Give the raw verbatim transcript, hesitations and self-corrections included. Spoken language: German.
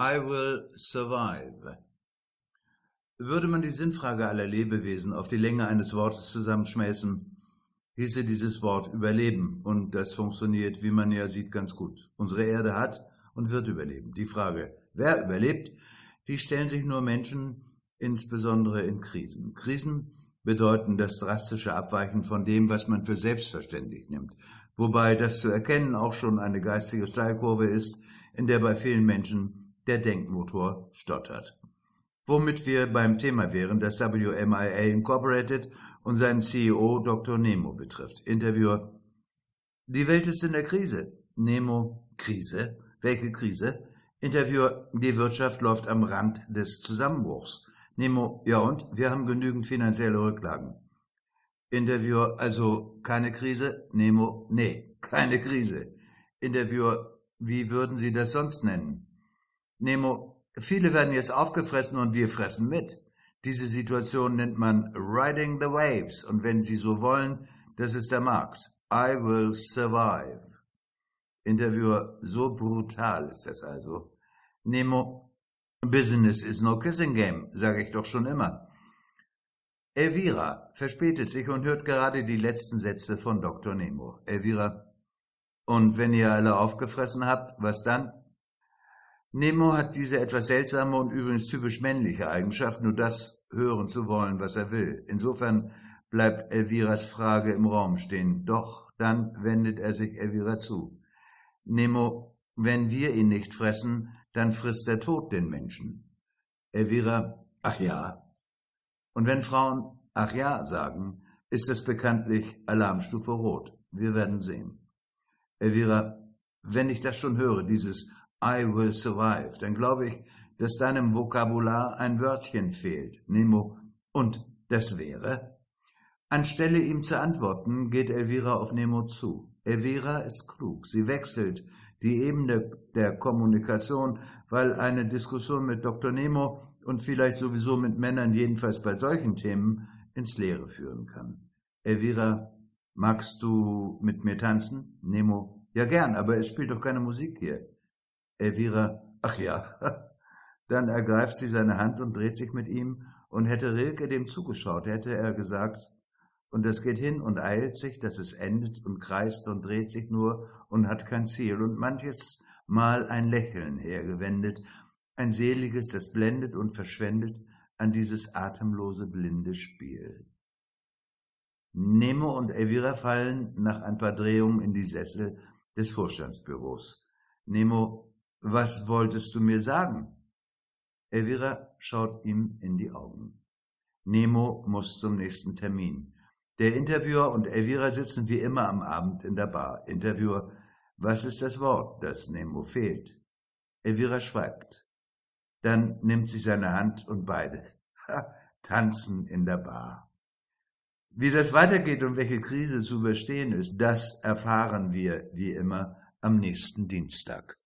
I will survive. Würde man die Sinnfrage aller Lebewesen auf die Länge eines Wortes zusammenschmeißen, hieße dieses Wort Überleben. Und das funktioniert, wie man ja sieht, ganz gut. Unsere Erde hat und wird überleben. Die Frage, wer überlebt, die stellen sich nur Menschen, insbesondere in Krisen. Krisen bedeuten das drastische Abweichen von dem, was man für selbstverständlich nimmt. Wobei das zu erkennen auch schon eine geistige Steilkurve ist, in der bei vielen Menschen der Denkmotor stottert. Womit wir beim Thema wären, das W M I A Incorporated und seinen C E O Doktor Nemo betrifft. Interviewer: Die Welt ist in der Krise. Nemo: Krise? Welche Krise? Interviewer: Die Wirtschaft läuft am Rand des Zusammenbruchs. Nemo: Ja und? Wir haben genügend finanzielle Rücklagen. Interviewer: Also keine Krise? Nemo: Nee, keine Krise. Interviewer: Wie würden Sie das sonst nennen? Nemo: Viele werden jetzt aufgefressen und wir fressen mit. Diese Situation nennt man Riding the Waves und wenn Sie so wollen, das ist der Markt. I will survive. Interviewer: So brutal ist das also. Nemo: Business is no kissing game, sage ich doch schon immer. Elvira verspätet sich und hört gerade die letzten Sätze von Doktor Nemo. Elvira: Und wenn ihr alle aufgefressen habt, was dann? Nemo hat diese etwas seltsame und übrigens typisch männliche Eigenschaft, nur das hören zu wollen, was er will. Insofern bleibt Elviras Frage im Raum stehen. Doch dann wendet er sich Elvira zu. Nemo: Wenn wir ihn nicht fressen, dann frisst der Tod den Menschen. Elvira: Ach ja. Und wenn Frauen ach ja sagen, ist es bekanntlich Alarmstufe Rot. Wir werden sehen. Elvira: Wenn ich das schon höre, dieses I will survive, dann glaube ich, dass deinem Vokabular ein Wörtchen fehlt. Nemo: Und das wäre? Anstelle ihm zu antworten, geht Elvira auf Nemo zu. Elvira ist klug. Sie wechselt die Ebene der Kommunikation, weil eine Diskussion mit Doktor Nemo und vielleicht sowieso mit Männern, jedenfalls bei solchen Themen, ins Leere führen kann. Elvira: Magst du mit mir tanzen? Nemo: Ja gern, aber es spielt doch keine Musik hier. Elvira: Ach ja. Dann ergreift sie seine Hand und dreht sich mit ihm, und hätte Rilke dem zugeschaut, hätte er gesagt: Und es geht hin und eilt sich, dass es endet und kreist und dreht sich nur und hat kein Ziel und manches Mal ein Lächeln hergewendet, ein seliges, das blendet und verschwendet an dieses atemlose, blinde Spiel. Nemo und Elvira fallen nach ein paar Drehungen in die Sessel des Vorstandsbüros. Nemo: Was wolltest du mir sagen? Elvira schaut ihm in die Augen. Nemo muss zum nächsten Termin. Der Interviewer und Elvira sitzen wie immer am Abend in der Bar. Interviewer: Was ist das Wort, das Nemo fehlt? Elvira schweigt. Dann nimmt sie seine Hand und beide ha, tanzen in der Bar. Wie das weitergeht und welche Krise zu überstehen ist, das erfahren wir wie immer am nächsten Dienstag.